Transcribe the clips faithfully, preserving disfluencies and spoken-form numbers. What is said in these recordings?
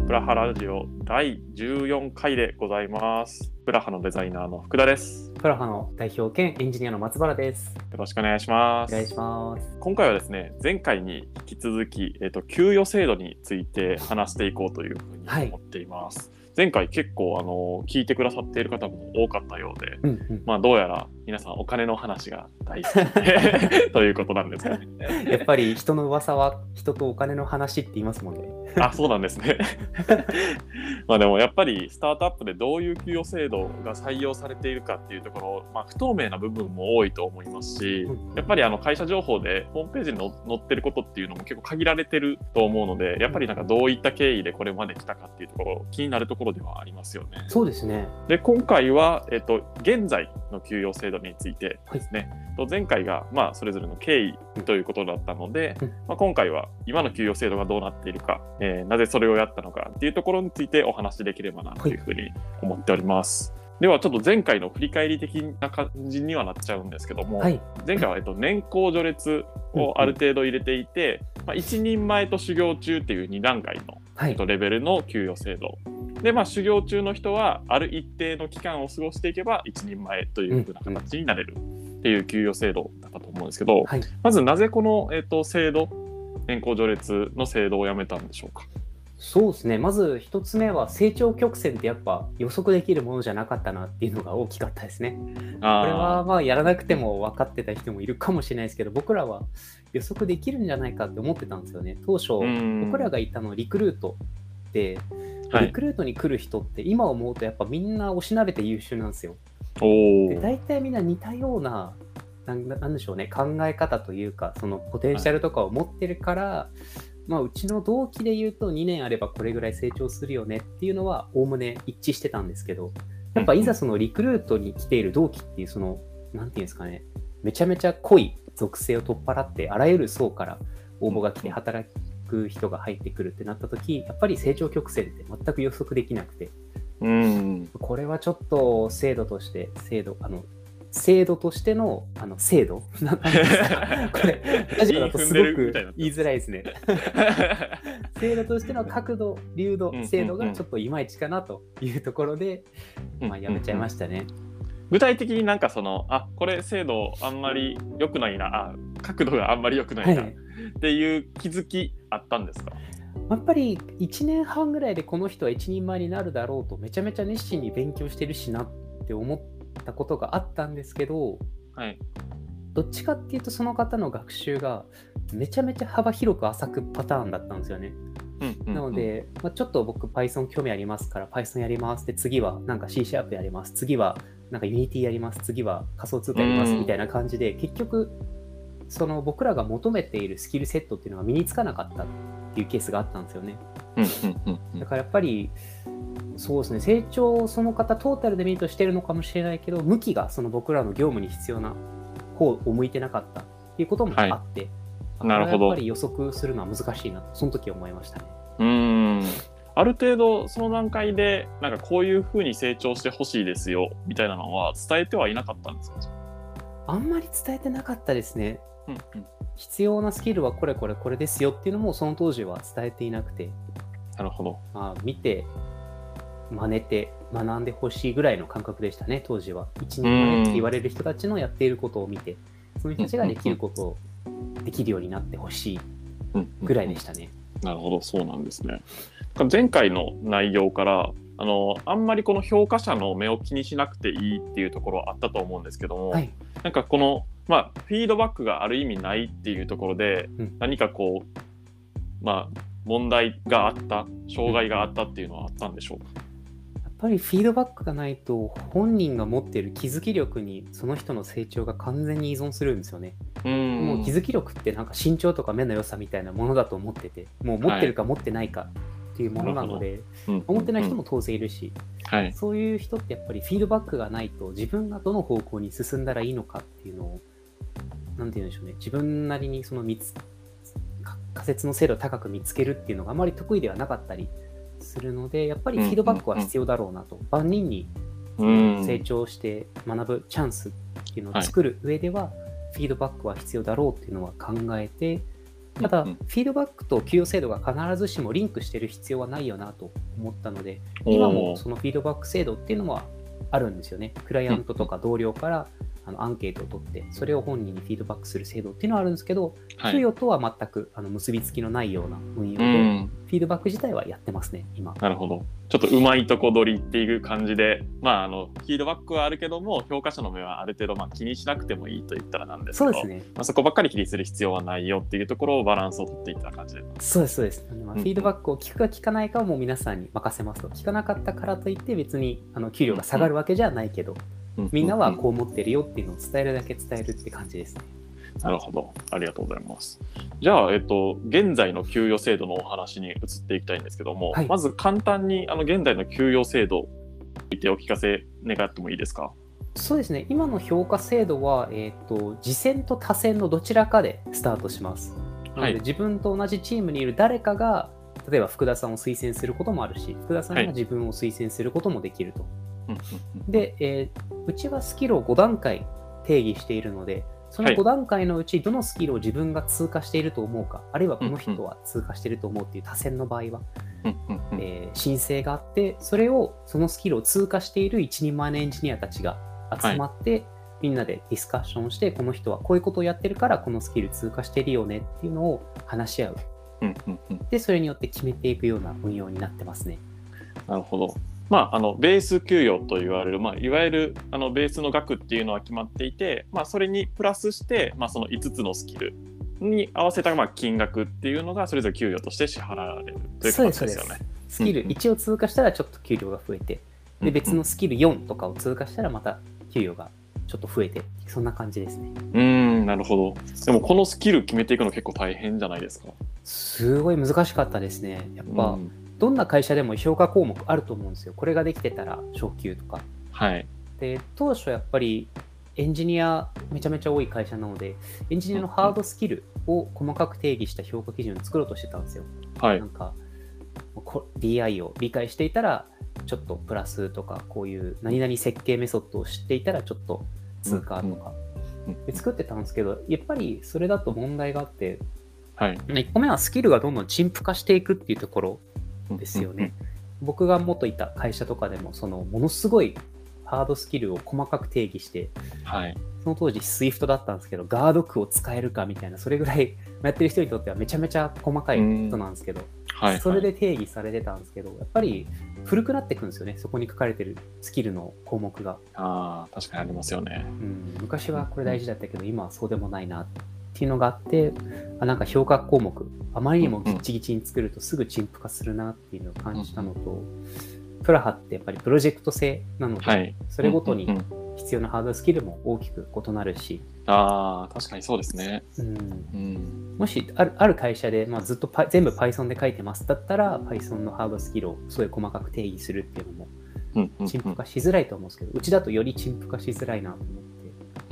プラハラジオだいじゅうよんかいでございます。プラハのデザイナーの福田です。 プラハの代表兼エンジニアの松原です。 よろしくお願いします。 お願いします。 今回はですね、前回に引き続き、えーと、給与制度について話していこうというふうに思っています。はい、前回結構あの聞いてくださっている方も多かったようで、うんうん、まあどうやら皆さんお金の話が大好きということなんですね。 やっぱり人の噂は人とお金の話って言いますもんね。 あ、そうなんですね。まあでもやっぱりスタートアップでどういう給与制度が採用されているかっていうところ、まあ、不透明な部分も多いと思いますし、うん、やっぱりあの会社情報でホームページに載ってることっていうのも結構限られてると思うので、やっぱりなんかどういった経緯でこれまで来たかっていうところ気になるところではありますよね。 そうですね。 で今回は、えっと、現在の給与制度についてですね、はい、前回が、まあ、それぞれの経緯ということだったので、うんまあ、今回は今の給与制度がどうなっているか、えー、なぜそれをやったのかっていうところについてお話しできればなというふうに思っております。はい、ではちょっと前回の振り返り的な感じにはなっちゃうんですけども、はい、前回は、えっと、年功序列をある程度入れていて、うんうんまあ、一人前と修行中っていうに段階の、はいえっと、レベルの給与制度で、まあ、修行中の人はある一定の期間を過ごしていけば一人前というふうな形になれるっていう給与制度だったと思うんですけど、はい、まずなぜこの、えっと、制度年功序列の制度をやめたんでしょうか。 そうですね。まず一つ目は成長曲線ってやっぱ予測できるものじゃなかったなっていうのが大きかったですね。あこれはまあやらなくても分かってた人もいるかもしれないですけど、僕らは予測できるんじゃないかって思ってたんですよね。当初僕らがいたのリクルートで、リクルートに来る人って今思うとやっぱみんなおしなべて優秀なんですよ。で大体みんな似たようなな ん, なんでしょうね考え方というかそのポテンシャルとかを持ってるから、はいまあ、うちの同期で言うとにねんあればこれぐらい成長するよねっていうのはおおむね一致してたんですけど、やっぱいざそのリクルートに来ている同期っていうそのなんていうんですかね、めちゃめちゃ濃い属性を取っ払ってあらゆる層から応募が来て働く人が入ってくるってなった時、やっぱり成長曲線って全く予測できなくて、うんこれはちょっと制度として制度あの制度としてのあの制度なんですかこれラジオだとすごく言いづらいですね。制度としての角度流度制度がちょっといまいちかなというところで、うんうんまあ、やめちゃいましたね。うんうんうん、 具体的になんかそのあこれ制度あんまり良くないなあ角度があんまり良くないな、はい、っていう気づきあったんですか。 やっぱりいちねんはんぐらいでこの人は一人前になるだろうとめちゃめちゃ熱心に勉強してるしなって思ったことがあったんですけど、はい、どっちかっていうとその方の学習がめちゃめちゃ幅広く浅くパターンだったんですよね。うんうんうん、なので、まあ、ちょっと僕 Python 興味ありますから Python やりますで次はなんか C シャープやります次はなんか Unity やります次は仮想通貨やりますみたいな感じで、結局その僕らが求めているスキルセットっていうのが身につかなかったっていうケースがあったんですよね。うんうんうんうん、だからやっぱりそうですね、成長をその方トータルで見るとしてるのかもしれないけど、向きがその僕らの業務に必要な方を向いてなかったっていうこともあって、はい、なるほど。やっぱり予測するのは難しいなとその時思いましたね。 うーんある程度その段階でなんかこういう風に成長してほしいですよみたいなのは伝えてはいなかったんですか。 あんまり伝えてなかったですね。うんうん、必要なスキルはこれこれこれですよっていうのもその当時は伝えていなくて、 なるほど。 まあ、見て真似て学んでほしいぐらいの感覚でしたね当時は。一人前って言われる人たちのやっていることを見て、その人たちができることをできるようになってほしいぐらいでしたね。 なるほど、そうなんですね。前回の内容からあのあんまりこの評価者の目を気にしなくていいっていうところあったと思うんですけども、はい、なんかこの、まあ、フィードバックがある意味ないっていうところで、うん、何かこう、まあ、問題があった障害があったっていうのはあったんでしょうか。 やっぱりフィードバックがないと本人が持っている気づき力にその人の成長が完全に依存するんですよね。うんもう気づき力ってなんか身長とか目の良さみたいなものだと思ってて、もう持ってるか持ってないかっていうものなので、はい、思ってない人も当然いるし、うんうん、そういう人ってやっぱりフィードバックがないと自分がどの方向に進んだらいいのかっていうのをなんて言うんでしょうね、自分なりにその見つ仮説の精度を高く見つけるっていうのがあまり得意ではなかったりするので、やっぱりフィードバックは必要だろうなと、うんうんうん、万人に成長して学ぶチャンスっていうのを作る上では、はい、フィードバックは必要だろうっていうのは考えて、 ただ、 うんうん、 フィードバックと給与制度が必ずしもリンクしてる必要はないよなと思ったので、今もそのフィードバック制度っていうのはあるんですよね。クライアントとか同僚からあのアンケートを取って、それを本人にフィードバックする制度っていうのはあるんですけど、 はい、 給与とは全くあの結びつきのないような運用で、 うん、 フィードバック自体はやってますね、今。 なるほど。ちょっとうまいとこ取りっていう感じで、まあ、あのフィードバックはあるけども、評価者の目はある程度まあ気にしなくてもいいと言ったらなんですけど、 そうですね。 まあ、そこばっかり気にする必要はないよっていうところをバランスを取っていった感じで。 そうです、そうです。まあ、フィードバックを聞くか聞かないかはもう皆さんに任せますと。聞かなかったからといって別にあの給料が下がるわけじゃないけど、うん、みんなはこう思ってるよっていうのを伝えるだけ伝えるって感じですね。 なるほど。ありがとうございます。じゃあ、えっと、現在の給与制度のお話に移っていきたいんですけども、はい、まず簡単にあの現在の給与制度についてお聞かせ願ってもいいですか？ そうですね。今の評価制度は、えーと、次戦と他戦のどちらかでスタートします。なので、自分と同じチームにいる誰かが、例えば福田さんを推薦することもあるし、福田さんが自分を推薦することもできると。はい、で、えー、うちはスキルをご段階定義しているので、そのご段階のうちどのスキルを自分が通過していると思うか、あるいはこの人は通過していると思うっていう他戦の場合は、えー、申請があって、それをそのスキルを通過している一人前のエンジニアたちが集まって、はい、みんなでディスカッションして、この人はこういうことをやってるからこのスキル通過しているよねっていうのを話し合う。で、それによって決めていくような運用になってますね。 なるほど。まあ、あのベース給与と言われる、まあ、いわゆるあのベースの額っていうのは決まっていて、まあ、それにプラスして、まあ、そのいつつのスキルに合わせたまあ金額っていうのがそれぞれ給与として支払われるという形ですよね。 スキルいちを通過したらちょっと給料が増えて、で別のスキルよんとかを通過したらまた給与がちょっと増えて、そんな感じですね。 うーん、なるほど。でもこのスキル決めていくの結構大変じゃないですか？ すごい難しかったですね。やっぱ、うん、どんな会社でも評価項目あると思うんですよ。これができてたら昇給とか。 はい。 で、当初やっぱりエンジニアめちゃめちゃ多い会社なので、エンジニアのハードスキルを細かく定義した評価基準を作ろうとしてたんですよ。 はい。 なんか ディーアイ を理解していたらちょっとプラスとか、こういう何々設計メソッドを知っていたらちょっと通過とかで作ってたんですけど、やっぱりそれだと問題があって、 はい、 いっこめはスキルがどんどん陳腐化していくっていうところですよね。うんうんうん、僕が元いた会社とかでもそのものすごいハードスキルを細かく定義して、 はい、 その当時 スイフト だったんですけど、ガード区を使えるかみたいな、それぐらいやってる人にとってはめちゃめちゃ細かいことなんですけど、 はいはい、 それで定義されてたんですけど、やっぱり古くなっていくんですよね、そこに書かれてるスキルの項目が。 ああ、確かにありますよね。 うん、昔はこれ大事だったけど、今はそうでもないなっていうのがあって、あ、なんか評価項目、あまりにもギッチギチに作るとすぐ陳腐化するなっていうのを感じたのと、うんうん、プラハってやっぱりプロジェクト制なので、はい、それごとに必要なハードスキルも大きく異なるし、 ああ、確かにそうですね。 うんうん、もしある、ある会社で、まあ、ずっとパ全部 Python で書いてますだったら、Python のハードスキルをすごい細かく定義するっていうのも陳腐化しづらいと思うんですけど、うちだとより陳腐化しづらいなと思って。 うん、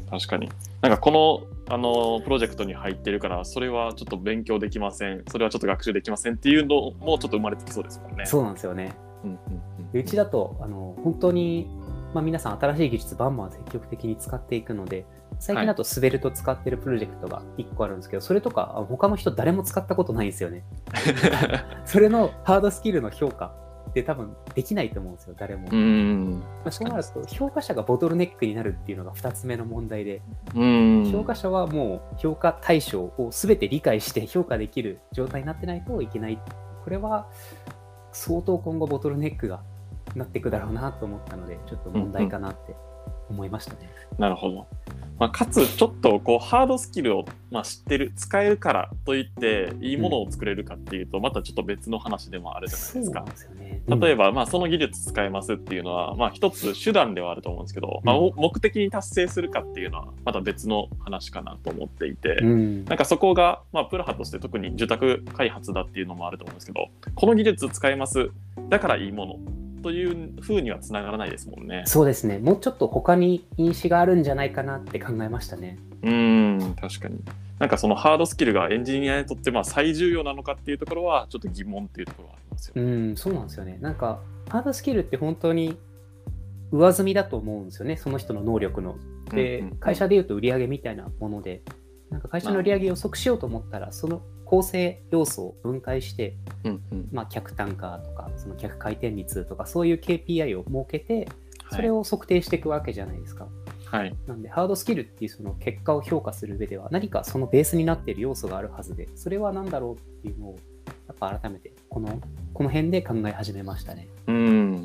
確かに。なんかこのあのプロジェクトに入ってるから、それはちょっと勉強できません、それはちょっと学習できませんっていうのもちょっと生まれてきそうですもんね。 そうなんですよね。うんうんうん、でうちだとあの本当に、まあ、皆さん新しい技術バンバン積極的に使っていくので、最近だとスベルト使ってるプロジェクトがいっこあるんですけど、それとか他の人誰も使ったことないんですよね。それのハードスキルの評価って多分できないと思うんですよ、誰も。うんまあ、そうなると評価者がボトルネックになるっていうのがふたつめの問題で、うん評価者はもう評価対象を全て理解して評価できる状態になってないといけない。これは相当今後ボトルネックがなっていくだろうなと思ったので、ちょっと問題かなって思いましたね。 うんうん、なるほど。まあ、かつちょっとこうハードスキルをまあ知ってる、使えるからといっていいものを作れるかっていうとまたちょっと別の話でもあるじゃないですか。そうですよね。うん、例えばまあその技術使えますっていうのはまあ一つ手段ではあると思うんですけど、うんまあ、目的に達成するかっていうのはまた別の話かなと思っていて、うん、なんかそこがまあプラハとして特に受託開発だっていうのもあると思うんですけど、この技術使えますだからいいものという風にはつながらないですもんね。 そうですね。もうちょっと他に因子があるんじゃないかなって考えましたね。 うーん、確かに。なんかそのハードスキルがエンジニアにとってまあ最重要なのかっていうところはちょっと疑問っていうところはありますよね。 うん、そうなんですよね。なんかハードスキルって本当に上積みだと思うんですよね。その人の能力の。で、うんうんうん、会社でいうと売上みたいなもので、 なんか会社の売り上げ予測しようと思ったら、その構成要素を分解して、 うんうん、 まあ、客単価とかその客回転率とかそういう ケーピーアイ を設けてそれを測定していくわけじゃないですか。 はい、 なんでハードスキルっていうその結果を評価する上では何かそのベースになっている要素があるはずで、それは何だろうっていうのをやっぱ改めてこのこの辺で考え始めましたね。 うん。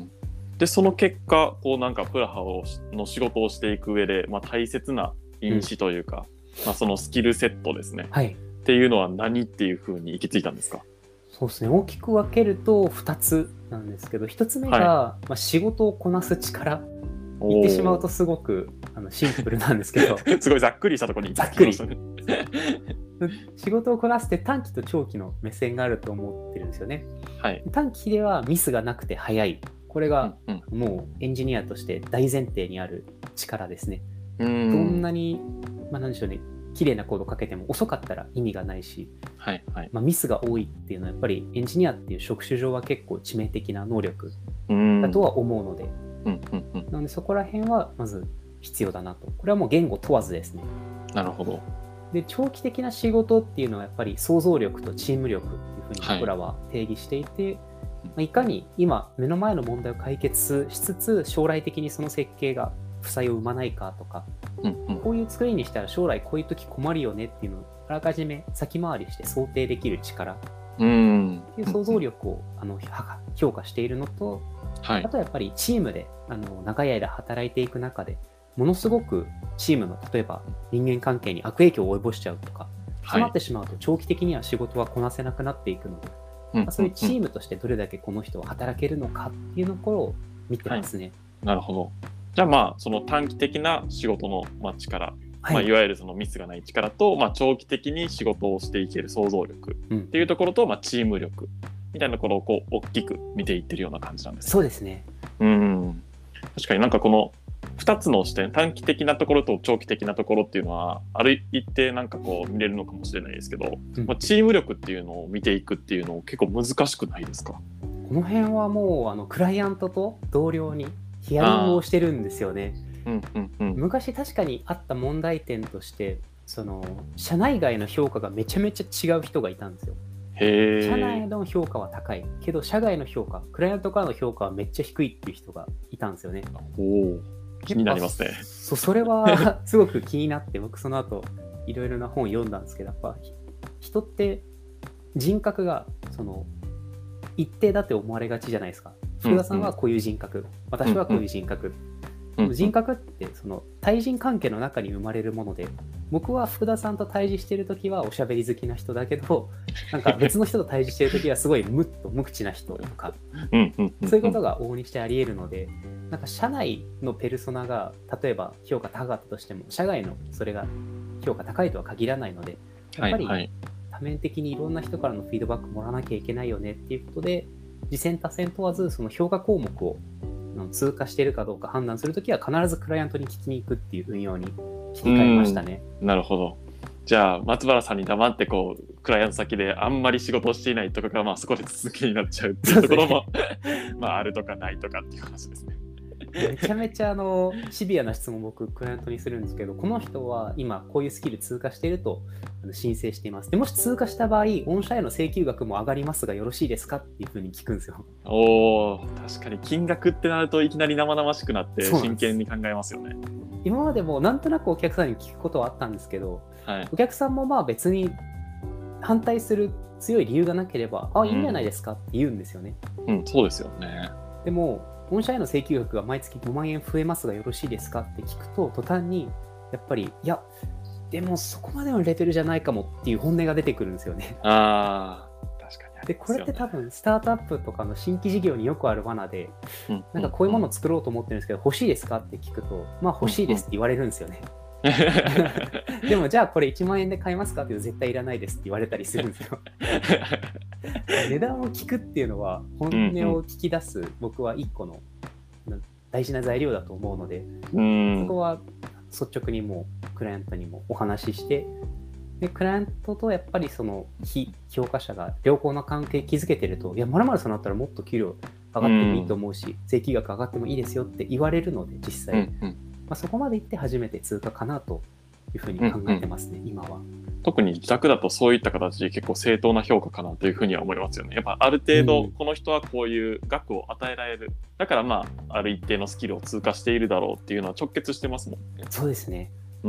でその結果こうなんかプラハをの仕事をしていく上で、まあ、大切な因子というか、うん、まあ、そのスキルセットですね、 はい、 っていうのは何っていうふうに行き着いたんですか？ そうですね、大きく分けるとふたつなんですけど、ひとつめが、はい、まあ、仕事をこなす力。言ってしまうとすごくあのシンプルなんですけどすごいざっくりしたところにざっくり仕事をこなすって短期と長期の目線があると思ってるんですよね、 はい、 短期ではミスがなくて早い、これがもうエンジニアとして大前提にある力ですね。うん、どんなに、まあ、なんでしょうね、綺麗なコードかけても遅かったら意味がないし、 はいはい、 まあ、ミスが多いっていうのはやっぱりエンジニアっていう職種上は結構致命的な能力だとは思うので、 うんうんうん、 なのでそこら辺はまず必要だなと。これはもう言語問わずですね。 なるほど。 で長期的な仕事っていうのはやっぱり想像力とチーム力っていうふうに僕らは定義していて、はい、まあ、いかに今目の前の問題を解決しつつ将来的にその設計が負債を生まないかとか、うんうん、こういう作りにしたら将来こういう時困るよねっていうのをあらかじめ先回りして想定できる力っていう想像力をあの評価しているのと、はい、あとはやっぱりチームであの長い間働いていく中でものすごくチームの例えば人間関係に悪影響を及ぼしちゃうとか、そうなってしまうと長期的には仕事はこなせなくなっていくので、はい、まあ、そういうチームとしてどれだけこの人は働けるのかっていうところを見てますね、 はい、なるほど。じゃあまあその短期的な仕事の力、はい、まあ、いわゆるそのミスがない力と、まあ、長期的に仕事をしていける想像力っていうところと、うん、まあ、チーム力みたいなところをこう大きく見ていってるような感じなんです、ね、 そうですね。 うん、確かになんかこのふたつの視点、短期的なところと長期的なところっていうのはある一定なんかこう見れるのかもしれないですけど、うん、まあ、チーム力っていうのを見ていくっていうの結構難しくないですか？ この辺はもうあのクライアントと同僚にヒアリングをしてるんですよね。うんうんうん、昔確かにあった問題点としてその社内外の評価がめちゃめちゃ違う人がいたんですよ。 へー。 社内の評価は高いけど社外の評価、クライアントからの評価はめっちゃ低いっていう人がいたんですよね。 おー、気になりますね。 そ, それはすごく気になって僕その後いろいろな本を読んだんですけど、やっぱ人って人格がその一定だって思われがちじゃないですか。福田さんはこういう人格、うんうん、私はこういう人格、うんうん、人格ってその対人関係の中に生まれるもので、僕は福田さんと対峙してるときはおしゃべり好きな人だけど、なんか別の人と対峙してるときはすごい無っと無口な人とかそういうことが往々にしてあり得るので、なんか社内のペルソナが例えば評価高かったとしても社外のそれが評価高いとは限らないので、やっぱり多面的にいろんな人からのフィードバックもらわなきゃいけないよねっていうことで、次戦他戦問わずその評価項目を通過しているかどうか判断するときは必ずクライアントに聞きに行くっていう運用に切り替えましたね。 なるほど。じゃあ松原さんに黙ってこうクライアント先であんまり仕事をしていないとかが、まあ、そこで続きになっちゃうっていうところもまああるとかないとかっていう話ですね。 めちゃめちゃあのシビアな質問を僕クライアントにするんですけど、この人は今こういうスキル通過していると申請しています。でもし通過した場合御社への請求額も上がりますがよろしいですかっていうふうに聞くんですよ。 おー、確かに金額ってなるといきなり生々しくなって真剣に考えますよね。 今までもなんとなくお客さんに聞くことはあったんですけど、 はい、 お客さんもまあ別に反対する強い理由がなければ、あ、いいんじゃないですかって言うんですよね。 うん、うん、そうですよね。 でも御社への請求額が毎月ごまんえん増えますがよろしいですかって聞くと、途端にやっぱりいやでもそこまでのレベルじゃないかもっていう本音が出てくるんですよね。 あー、確かにありますよね。 でこれって多分スタートアップとかの新規事業によくある罠で、うんうん、なんかこういうものを作ろうと思ってるんですけど、欲しいですかって聞くと、まあ欲しいですって言われるんですよね。うんうん、でもじゃあこれいちまんえんで買いますかって言うと絶対いらないですって言われたりするんですよ。値段を聞くっていうのは本音を聞き出す、うんうん、僕は一個の大事な材料だと思うので、うん、そこは率直にもうクライアントにもお話しして、でクライアントとやっぱりその非評価者が良好な関係築けてると、いやまるまるさんだったらもっと給料上がってもいいと思うし、うん、請求額上がってもいいですよって言われるので実際、うんうん、まあ、そこまで行って初めて通過かなというふうに考えてますね、うんうん、今は。 特に自宅だとそういった形で結構正当な評価かなというふうには思いますよね。やっぱある程度この人はこういう額を与えられる、うん、だからまあある一定のスキルを通過しているだろうっていうのは直結してますもんね。 そうですね。 うん、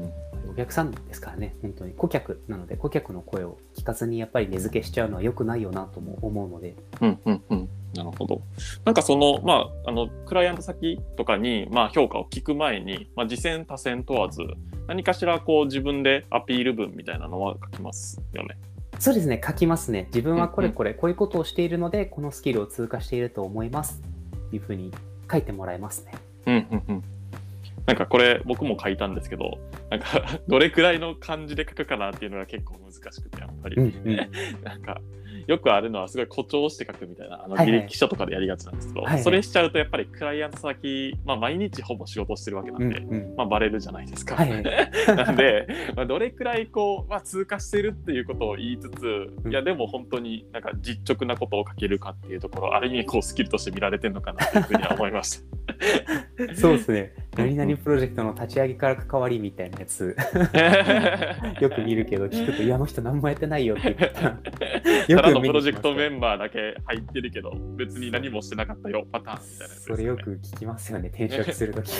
お客さんですからね、本当に顧客なので、顧客の声を聞かずにやっぱり値付けしちゃうのは良くないよなとも思うので。 うんうんうん。なるほど。なんかその、まあ、あの、クライアント先とかに、まあ、評価を聞く前に、まあ、次戦他戦問わず、何かしらこう自分でアピール文みたいなのは書きますよね。 そうですね、書きますね。自分はこれこれ、こういうことをしているので、このスキルを通過していると思いますっていうふうに書いてもらえますね。うんうんうん。 なんかこれ僕も書いたんですけど、なんかどれくらいの漢字で書くかなっていうのが結構難しくて、やっぱり、うんうん、なんかよくあるのはすごい誇張して書くみたいな、あの履歴書とかでやりがちなんですけど、はいはい、それしちゃうとやっぱりクライアント先、まあ、毎日ほぼ仕事してるわけなんで、うんうん、まあ、バレるじゃないですか。はいはい、なんで、まあ、どれくらいこう、まあ、通過してるっていうことを言いつつ、うん、いやでも本当になんか実直なことを書けるかっていうところ、ある意味こうスキルとして見られてるのかなというふうには思いました。 そうですね。何々プロジェクトの立ち上げから関わりみたいなやつよく見るけど、聞くと、いや、あの人何もやってないよって言ったよくただのプロジェクトメンバーだけ入ってるけど、別に何もしてなかったよパターンみたいなやつですね。 それよく聞きますよね、転職するとき。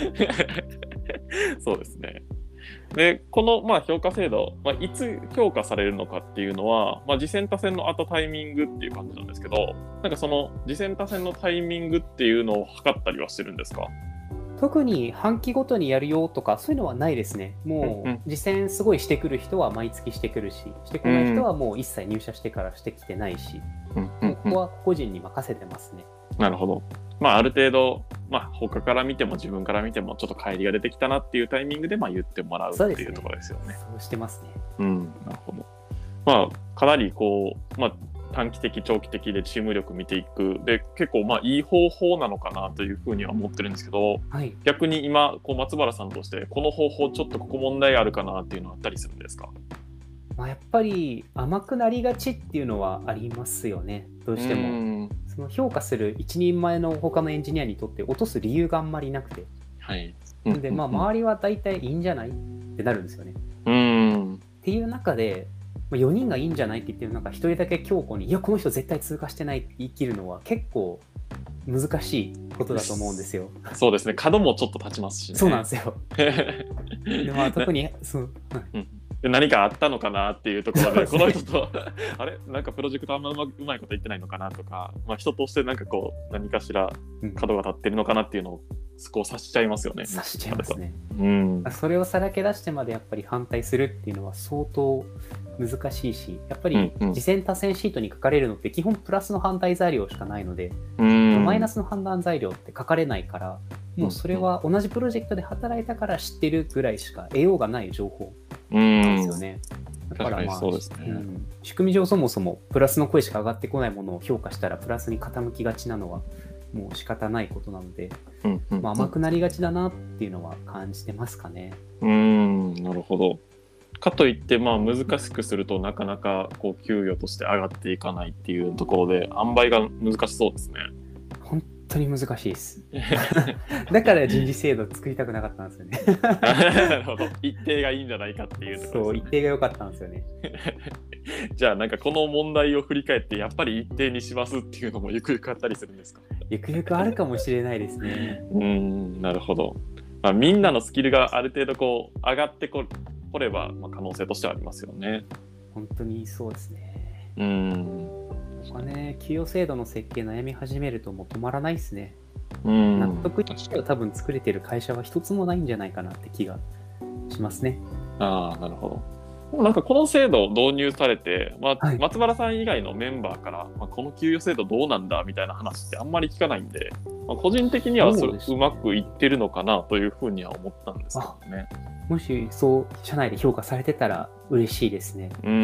そうですね。で、この、まあ、評価制度、まあ、いつ評価されるのかっていうのは、まあ、次戦他戦の後タイミングっていう感じなんですけど、なんかその次戦他戦のタイミングっていうのを測ったりはしてるんですか？ 特に半期ごとにやるよとかそういうのはないですね。もう次戦すごいしてくる人は毎月してくるし、してこない人はもう一切入社してからしてきてないし、うんうんうん、ここは個人に任せてますね。 なるほど。まあある程度、まあ他から見ても自分から見てもちょっと乖離が出てきたなっていうタイミングでまあ言ってもらうっていうところですよね。 そうしてますね。 うん、なるほど。まあかなりこうまあ短期的長期的でチーム力見ていくで結構まあいい方法なのかなというふうには思ってるんですけど、はい、逆に今こう松原さんとしてこの方法ちょっとここ問題あるかなっていうのはあったりするんですか？ まあ、やっぱり甘くなりがちっていうのはありますよね。どうしてもその評価する一人前の他のエンジニアにとって落とす理由があんまりなくて、はい、でまあ周りは大体いいんじゃないってなるんですよね。うんっていう中でよにんがいいんじゃないって言ってる中ひとりだけ強固にいやこの人絶対通過してないって言い切るのは結構難しいことだと思うんですよ。 そうですね、角もちょっと立ちますしね。 そうなんですよ。でまあ特にそう、 うん、で何かあったのかなっていうところでこの人とあれなんかプロジェクトあんまうまうまいこと言ってないのかなとか、まあ、人としてなんかこう何かしら角が立ってるのかなっていうのをこう察しちゃいますよね。 察しちゃいますね。うん、それをさらけ出してまでやっぱり反対するっていうのは相当難しいし、やっぱり次戦他戦シートに書かれるのって基本プラスの判断材料しかないので、うん、マイナスの判断材料って書かれないから、もうそれは同じプロジェクトで働いたから知ってるぐらいしか得ようがない情報なんですよね。だからまあ、そうですね、うん、仕組み上そもそもプラスの声しか上がってこないものを評価したらプラスに傾きがちなのはもう仕方ないことなので、うんうんうん、まあ、甘くなりがちだなっていうのは感じてますかね。 うーん、なるほど。かといってまあ難しくするとなかなかこう給与として上がっていかないっていうところで塩梅が難しそうですね。 本当に難しいですだから人事制度作りたくなかったんですよねなるほど、一定がいいんじゃないかっていうところ、ね、 そう一定が良かったんですよねじゃあなんかこの問題を振り返ってやっぱり一定にしますっていうのもゆくゆくあったりするんですか？ ゆくゆくあるかもしれないですね。 うーん、なるほど。まあ、みんなのスキルがある程度こう上がってこれば、まあ、可能性としてはありますよね。 本当にそうですね。 うーん、 まあね、給与制度の設計悩み始めるともう止まらないですね。うん、納得しては多分作れてる会社は一つもないんじゃないかなって気がしますね。 ああ、なるほど。なんかこの制度導入されて、まあはい、松原さん以外のメンバーから、まあ、この給与制度どうなんだみたいな話ってあんまり聞かないんで、まあ、個人的にはそれ う,、ね、うまくいってるのかなというふうには思ったんですけどね。 もしそう社内で評価されてたら嬉しいですね。うん、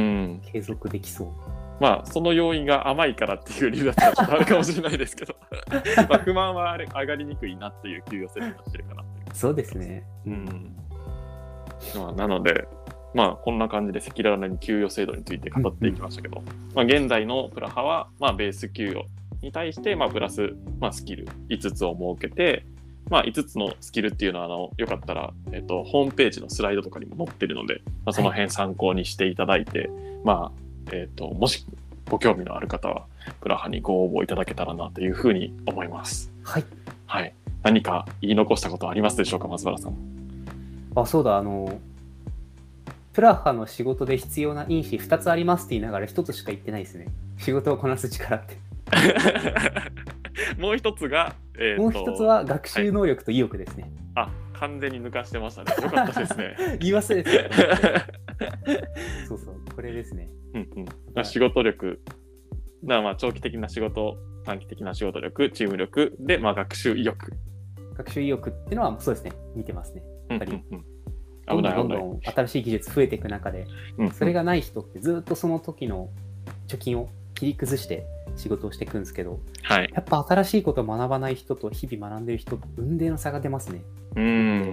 継続できそう。 まあその要因が甘いからっていう理由だったらちょっとあるかもしれないですけどまあ不満は上がりにくいなっていう給与制度になってるかなっていう。 そうですね。 うん、まあ、なのでまあこんな感じで赤裸々に給与制度について語っていきましたけど、うんうん、まあ、現在のプラハはまあベース給与に対してまあプラスまあスキルいつつを設けて、 まあ、いつつのスキルっていうのはあのよかったら、えっと、ホームページのスライドとかにも載ってるので、まあ、その辺参考にしていただいて、はい、まあえっと、もしご興味のある方はプラハにご応募いただけたらなというふうに思います。 はい、 はい、何か言い残したことはありますでしょうか、松原さん。 あ、そうだ、あのプラハの仕事で必要な因子ふたつありますって言いながらひとつしか言ってないですね。仕事をこなす力ってもう一つが、 えー、もう一つは学習能力と意欲ですね。 はい、あ、完全に抜かしてましたね。よかったですね。 言い忘れてた。そうそう、これですね。 うんうん、まあ、仕事力、まあ、長期的な仕事、短期的な仕事力、チーム力で、まあ、学習意欲。 学習意欲っていうのはそうですね、見てますね。やっぱり、うんうんうん、 どんどんどんどん新しい技術増えていく中で、うんうん、それがない人ってずっとその時の貯金を切り崩して仕事をしていくんですけど、 はい、 やっぱ新しいことを学ばない人と日々学んでる人と運命の差が出ますね。 うん、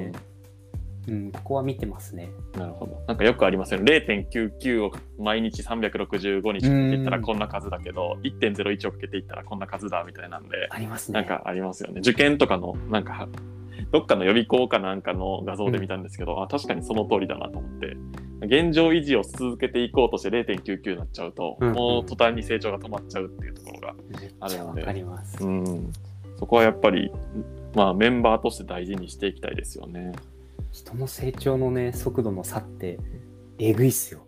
うん、ここは見てますね。 なるほど。なんかよくありますよね。れいてんきゅうきゅう を毎日さんびゃくろくじゅうごにちかけていったらこんな数だけど、いってんゼロいち をかけていったらこんな数だみたいなんで、 ありますね。 なんかありますよね。受験とかのなんかどっかの予備校かなんかの画像で見たんですけど、うん、あ、確かにその通りだなと思って、現状維持を続けていこうとして れいてんきゅうきゅう になっちゃうと、うんうん、もう途端に成長が止まっちゃうっていうところがあるので、 わかります。 うん、そこはやっぱり、まあ、メンバーとして大事にしていきたいですよね。 人の成長のね、速度の差ってえぐいっすよ。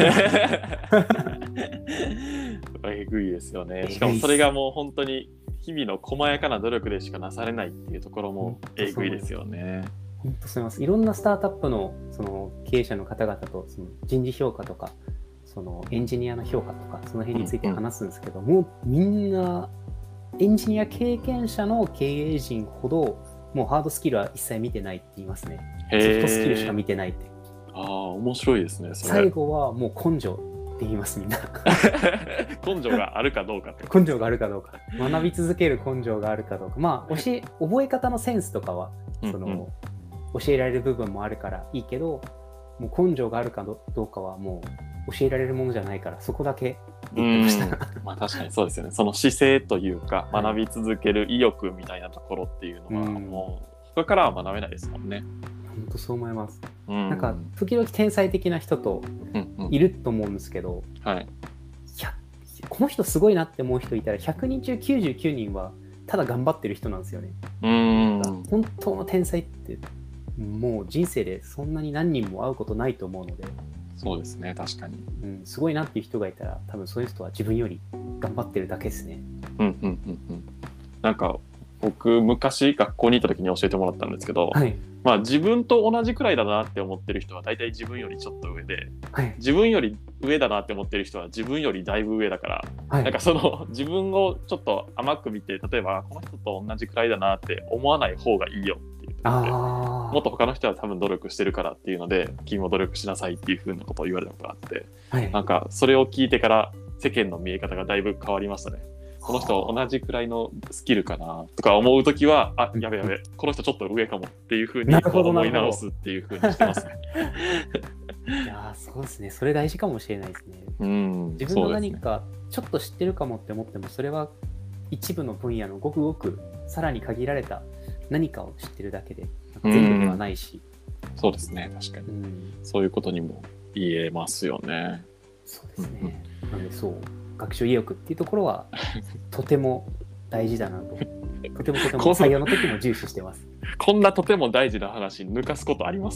えぐいですよね。しかもそれがもう本当に日々の細やかな努力でしかなされないっていうところもえぐいですよね。 本当そう思います。いろんなスタートアップのその経営者の方々とその人事評価とか、そのエンジニアの評価とか、その辺について話すんですけど、うんうん、もうみんなエンジニア経験者の経営陣ほどもうハードスキルは一切見てないって言いますね。ソフトスキルしか見てないって。 ああ、面白いですね。それ最後はもう根性って言いますみんな。 根性があるかどうかって。 根性があるかどうか。学び続ける根性があるかどうか。まあ教え覚え方のセンスとかはその、うんうん、教えられる部分もあるからいいけど、もう根性があるかどうかはもう教えられるものじゃないから、そこだけ言ってました。 まあ確かにそうですよね。その姿勢というか、学び続ける意欲みたいなところっていうのは、もう他からは学べないですもんね。 本当そう思います。 うん、 なんか時々天才的な人といると思うんですけど、 うんうん、はい、 この人すごいなって思う人いたらひゃくにん中きゅうじゅうきゅうにんはただ頑張ってる人なんですよね。 うん、 本当の天才ってもう人生でそんなに何人も会うことないと思うので。 そうですね、確かに、 うん、すごいなっていう人がいたら多分そういう人は自分より頑張ってるだけですね。 うんうんうんうん。なんか僕昔学校に行った時に教えてもらったんですけど、 はい、 まあ自分と同じくらいだなって思ってる人は大体自分よりちょっと上で、 はい、 自分より上だなって思ってる人は自分よりだいぶ上だから、 はい、 なんかその自分をちょっと甘く見て、例えばこの人と同じくらいだなって思わない方がいいよっていうので、 あもっと他の人は多分努力してるからっていうので君も努力しなさいっていう風なことを言われたことがあって、 はい、 なんかそれを聞いてから世間の見え方がだいぶ変わりましたね。この人同じくらいのスキルかなとか思うときは、あ、やべやべ、この人ちょっと上かもっていうふうに思い直すっていうふうにしてますね。 いやそうですね、それ大事かもしれないですね。 うん、 自分の何かちょっと知ってるかもって思っても、それは一部の分野のごくごくさらに限られた何かを知ってるだけで、全部ではないし、 うん、そうですね、確かに、うん、そういうことにも言えますよね。 そうですね、うん、なのでそう学習意欲っていうところはとても大事だなととてもとても採用の時も重視してます。 こんなとても大事な話抜かすことあります？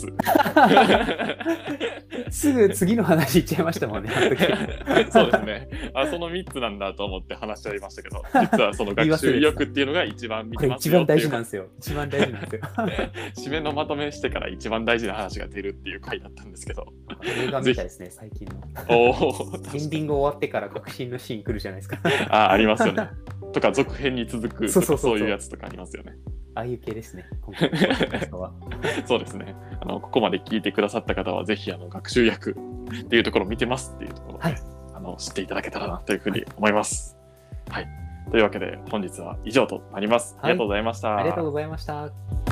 すぐ次の話いっちゃいましたもんね。 そうですね。あ、そのみっつなんだと思って話しておりましたけど、実はその学習意欲っていうのが一番見てますよっていう。 一番大事なんですよ。一番大事なんですよ。 締めのまとめしてから一番大事な話が出るっていう回だったんですけど。 映画みたいですね、最近の。 おエンディング終わってから確信のシーン来るじゃないですか。 あ、ありますよね。とか続編に続くとかそういうやつとかありますよね。 ああいう系ですね。今回のはそうですね。あのここまで聞いてくださった方はぜひあの学習薬っていうところを見てますっていうところを、 はい、 あの知っていただけたらなというふうに思います。はい。はい、というわけで本日は以上となります。 はい、 ありがとうございました。 ありがとうございました。